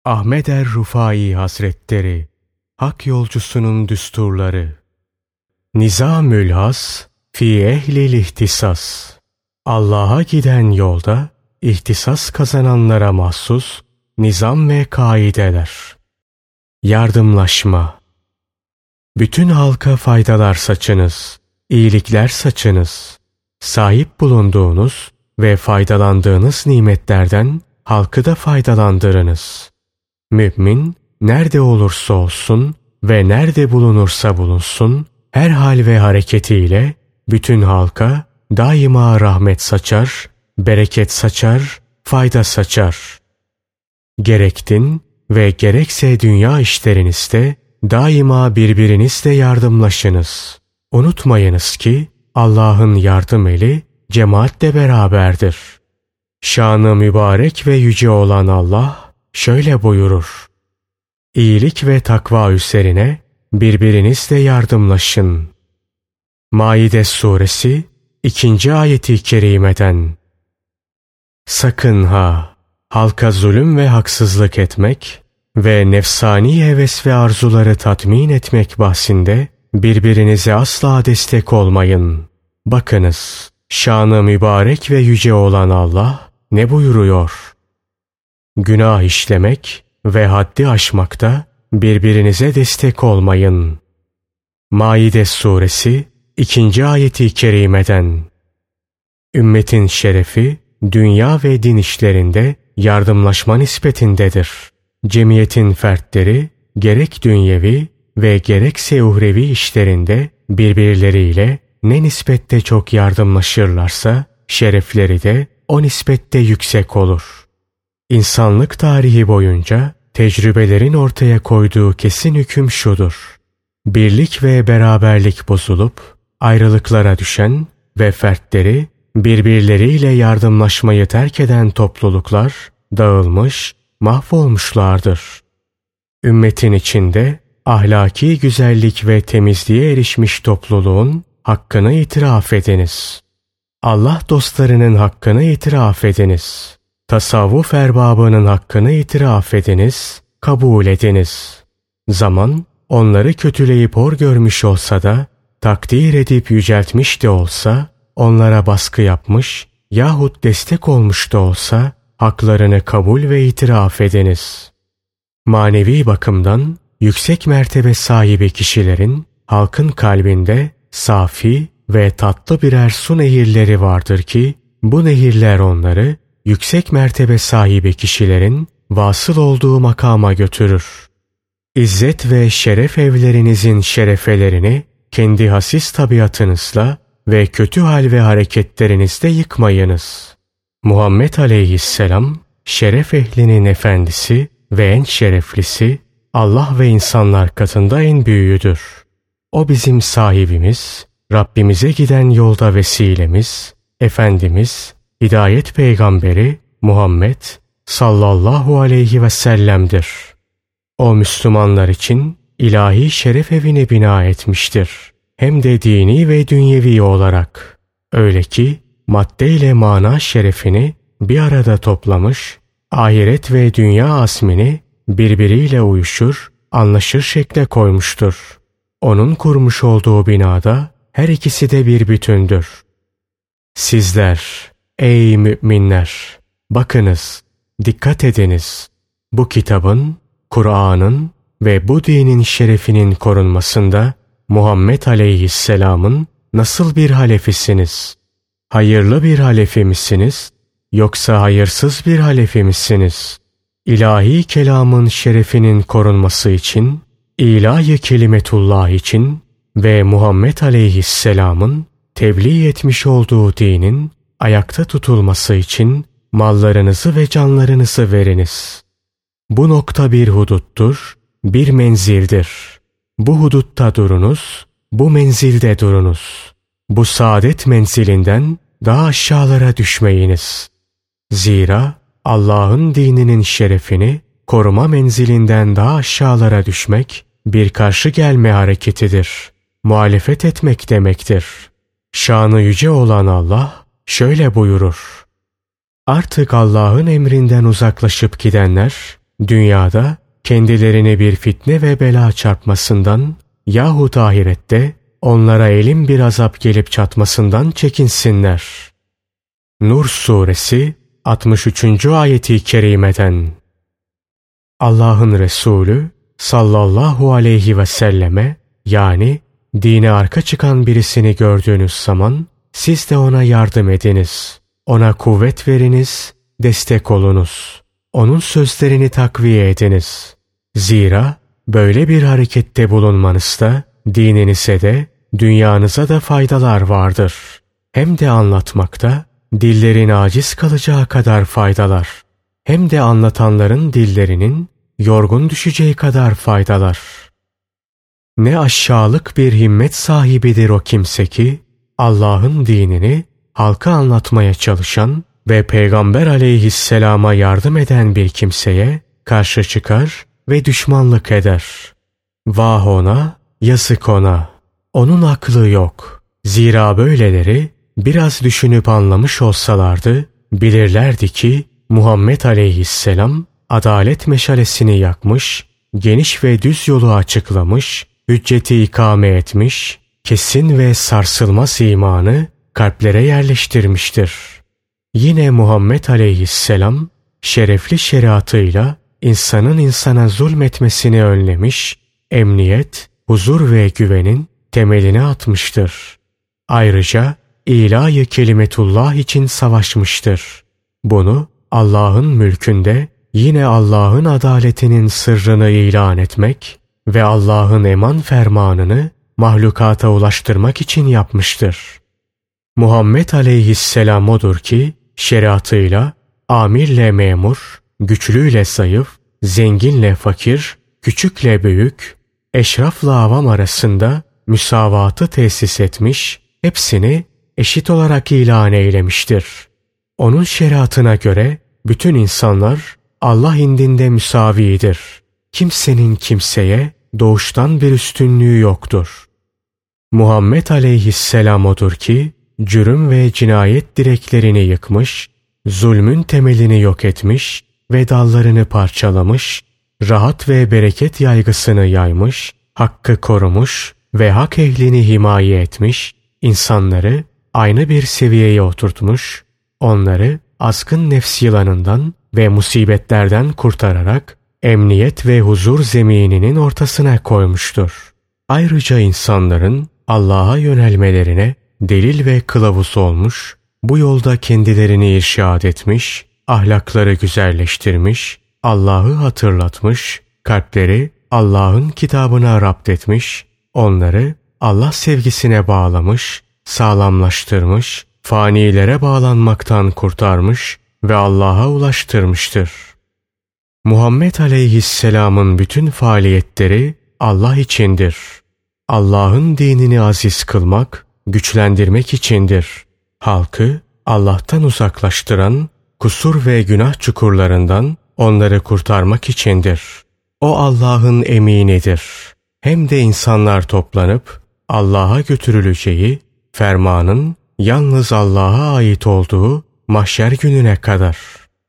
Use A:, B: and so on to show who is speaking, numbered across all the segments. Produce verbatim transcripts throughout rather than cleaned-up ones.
A: Ahmed er-Rufai Hazretleri, Hak Yolcusunun Düsturları. Nizamül Has fi ehlil ihtisas. Allah'a giden yolda ihtisas kazananlara mahsus nizam ve kaideler. Yardımlaşma. Bütün halka faydalar saçınız, iyilikler saçınız. Sahip bulunduğunuz ve faydalandığınız nimetlerden halkı da faydalandırınız. Mümin, nerede olursa olsun ve nerede bulunursa bulunsun, her hal ve hareketiyle bütün halka daima rahmet saçar, bereket saçar, fayda saçar. Gerek din ve gerekse dünya işlerinizde daima birbirinizle yardımlaşınız. Unutmayınız ki Allah'ın yardım eli cemaatle beraberdir. Şanı mübarek ve yüce olan Allah şöyle buyurur: İyilik ve takva üzerine birbirinizle yardımlaşın. Maide suresi ikinci ayeti kerimeden. Sakın ha! Halka zulüm ve haksızlık etmek ve nefsani heves ve arzuları tatmin etmek bahsinde birbirinize asla destek olmayın. Bakınız, şanı mübarek ve yüce olan Allah ne buyuruyor? Günah işlemek ve haddi aşmakta birbirinize destek olmayın. Maide suresi ikinci ayeti kerimeden. Ümmetin şerefi dünya ve din işlerinde yardımlaşma nispetindedir. Cemiyetin fertleri gerek dünyevi ve gerekse uhrevi işlerinde birbirleriyle ne nispette çok yardımlaşırlarsa şerefleri de o nispette yüksek olur. İnsanlık tarihi boyunca tecrübelerin ortaya koyduğu kesin hüküm şudur: birlik ve beraberlik bozulup ayrılıklara düşen ve fertleri birbirleriyle yardımlaşmayı terk eden topluluklar dağılmış, mahvolmuşlardır. Ümmetin içinde ahlaki güzellik ve temizliğe erişmiş topluluğun hakkını itiraf ediniz. Allah dostlarının hakkını itiraf ediniz. Tasavvuf erbabının hakkını itiraf ediniz, kabul ediniz. Zaman onları kötüleyip hor görmüş olsa da, takdir edip yüceltmiş de olsa, onlara baskı yapmış yahut destek olmuş da olsa, haklarını kabul ve itiraf ediniz. Manevi bakımdan yüksek mertebe sahibi kişilerin halkın kalbinde safi ve tatlı birer su nehirleri vardır ki, bu nehirler onları yüksek mertebe sahibi kişilerin vasıl olduğu makama götürür. İzzet ve şeref evlerinizin şerefelerini kendi hasis tabiatınızla ve kötü hal ve hareketlerinizde yıkmayınız. Muhammed Aleyhisselam, şeref ehlinin efendisi ve en şereflisi, Allah ve insanlar katında en büyüğüdür. O bizim sahibimiz, Rabbimize giden yolda vesilemiz, Efendimiz, Hidayet Peygamberi Muhammed sallallahu aleyhi ve sellem'dir. O Müslümanlar için ilahi şeref evini bina etmiştir. Hem de dini ve dünyevi olarak. Öyle ki madde ile mana şerefini bir arada toplamış, ahiret ve dünya asmini birbiriyle uyuşur, anlaşır şekle koymuştur. Onun kurmuş olduğu binada her ikisi de bir bütündür. Sizler, ey müminler, bakınız, dikkat ediniz. Bu kitabın, Kur'an'ın ve bu dinin şerefinin korunmasında Muhammed Aleyhisselam'ın nasıl bir halefisiniz? Hayırlı bir halefi misiniz? Yoksa hayırsız bir halefi misiniz? İlahi kelamın şerefinin korunması için, ilahi kelimetullah için ve Muhammed Aleyhisselam'ın tebliğ etmiş olduğu dinin ayakta tutulması için mallarınızı ve canlarınızı veriniz. Bu nokta bir huduttur, bir menzildir. Bu hudutta durunuz, bu menzilde durunuz. Bu saadet menzilinden daha aşağılara düşmeyiniz. Zira Allah'ın dininin şerefini koruma menzilinden daha aşağılara düşmek bir karşı gelme hareketidir. Muhalefet etmek demektir. Şanı yüce olan Allah şöyle buyurur: Artık Allah'ın emrinden uzaklaşıp gidenler dünyada kendilerine bir fitne ve bela çarpmasından yahut ahirette onlara elin bir azap gelip çatmasından çekinsinler. Nur Suresi altmış üçüncü ayeti kerimeden. Allah'ın Resulü sallallahu aleyhi ve selleme, yani dine arka çıkan birisini gördüğünüz zaman siz de ona yardım ediniz. Ona kuvvet veriniz, destek olunuz. Onun sözlerini takviye ediniz. Zira böyle bir harekette bulunmanızda dininize de dünyanıza da faydalar vardır. Hem de anlatmakta dillerin aciz kalacağı kadar faydalar. Hem de anlatanların dillerinin yorgun düşeceği kadar faydalar. Ne aşağılık bir himmet sahibidir o kimse ki Allah'ın dinini halka anlatmaya çalışan ve Peygamber aleyhisselama yardım eden bir kimseye karşı çıkar ve düşmanlık eder. Vah ona, yazık ona. Onun aklı yok. Zira böyleleri biraz düşünüp anlamış olsalardı bilirlerdi ki Muhammed aleyhisselam adalet meşalesini yakmış, geniş ve düz yolu açıklamış, hücceti ikame etmiş, kesin ve sarsılmaz imanı kalplere yerleştirmiştir. Yine Muhammed aleyhisselam şerefli şeriatıyla insanın insana zulmetmesini önlemiş, emniyet, huzur ve güvenin temelini atmıştır. Ayrıca ilahi kelimetullah için savaşmıştır. Bunu Allah'ın mülkünde yine Allah'ın adaletinin sırrını ilan etmek ve Allah'ın eman fermanını mahlukata ulaştırmak için yapmıştır. Muhammed aleyhisselam odur ki şeriatıyla amirle memur, güçlüyle zayıf, zenginle fakir, küçükle büyük, eşrafla avam arasında müsavatı tesis etmiş, hepsini eşit olarak ilan eylemiştir. Onun şeriatına göre bütün insanlar Allah indinde müsavidir. Kimsenin kimseye doğuştan bir üstünlüğü yoktur. Muhammed aleyhisselam odur ki cürüm ve cinayet direklerini yıkmış, zulmün temelini yok etmiş ve dallarını parçalamış, rahat ve bereket yaygısını yaymış, hakkı korumuş ve hak ehlini himaye etmiş, insanları aynı bir seviyeye oturtmuş, onları azgın nefs yılanından ve musibetlerden kurtararak emniyet ve huzur zemininin ortasına koymuştur. Ayrıca insanların Allah'a yönelmelerine delil ve kılavuz olmuş, bu yolda kendilerini irşad etmiş, ahlakları güzelleştirmiş, Allah'ı hatırlatmış, kalpleri Allah'ın kitabına rapt etmiş, onları Allah sevgisine bağlamış, sağlamlaştırmış, fanilere bağlanmaktan kurtarmış ve Allah'a ulaştırmıştır. Muhammed aleyhisselamın bütün faaliyetleri Allah içindir. Allah'ın dinini aziz kılmak, güçlendirmek içindir. Halkı Allah'tan uzaklaştıran, kusur ve günah çukurlarından onları kurtarmak içindir. O Allah'ın eminidir. Hem de insanlar toplanıp Allah'a götürüleceği, fermanın yalnız Allah'a ait olduğu mahşer gününe kadar.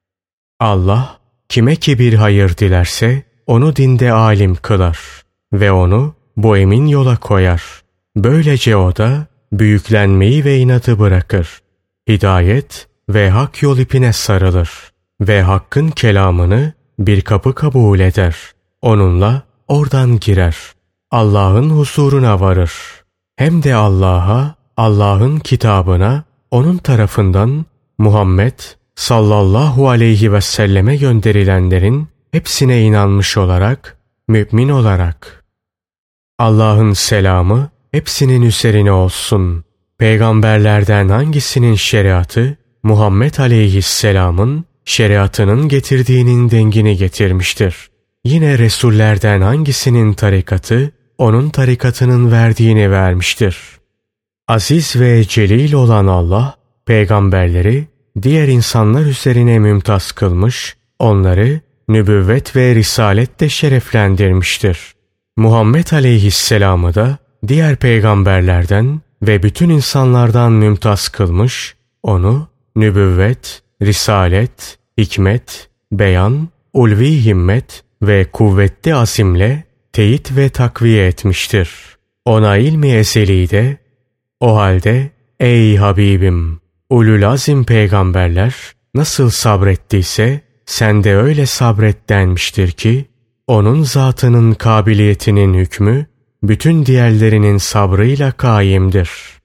A: Allah kime ki bir hayır dilerse onu dinde alim kılar ve onu bu emin yola koyar. Böylece o da büyüklenmeyi ve inadı bırakır. Hidayet ve hak yol ipine sarılır ve hakkın kelamını bir kapı kabul eder. Onunla oradan girer. Allah'ın huzuruna varır. Hem de Allah'a, Allah'ın kitabına, onun tarafından Muhammed sallallahu aleyhi ve selleme gönderilenlerin hepsine inanmış olarak, mümin olarak. Allah'ın selamı hepsinin üzerine olsun. Peygamberlerden hangisinin şeriatı Muhammed aleyhisselamın şeriatının getirdiğinin dengini getirmiştir. Yine Resullerden hangisinin tarikatı onun tarikatının verdiğini vermiştir. Aziz ve celil olan Allah, peygamberleri diğer insanlar üzerine mümtaz kılmış, onları nübüvvet ve risaletle şereflendirmiştir. Muhammed aleyhisselamı da diğer peygamberlerden ve bütün insanlardan mümtaz kılmış, onu nübüvvet, risalet, hikmet, beyan ulvi himmet ve kuvvetli azimle teyit ve takviye etmiştir. Ona ilmi ezeli de, o halde ey Habibim, ulul azim peygamberler nasıl sabrettiyse sen de öyle sabret denmiştir ki, onun zatının kabiliyetinin hükmü bütün diğerlerinin sabrıyla kaimdir.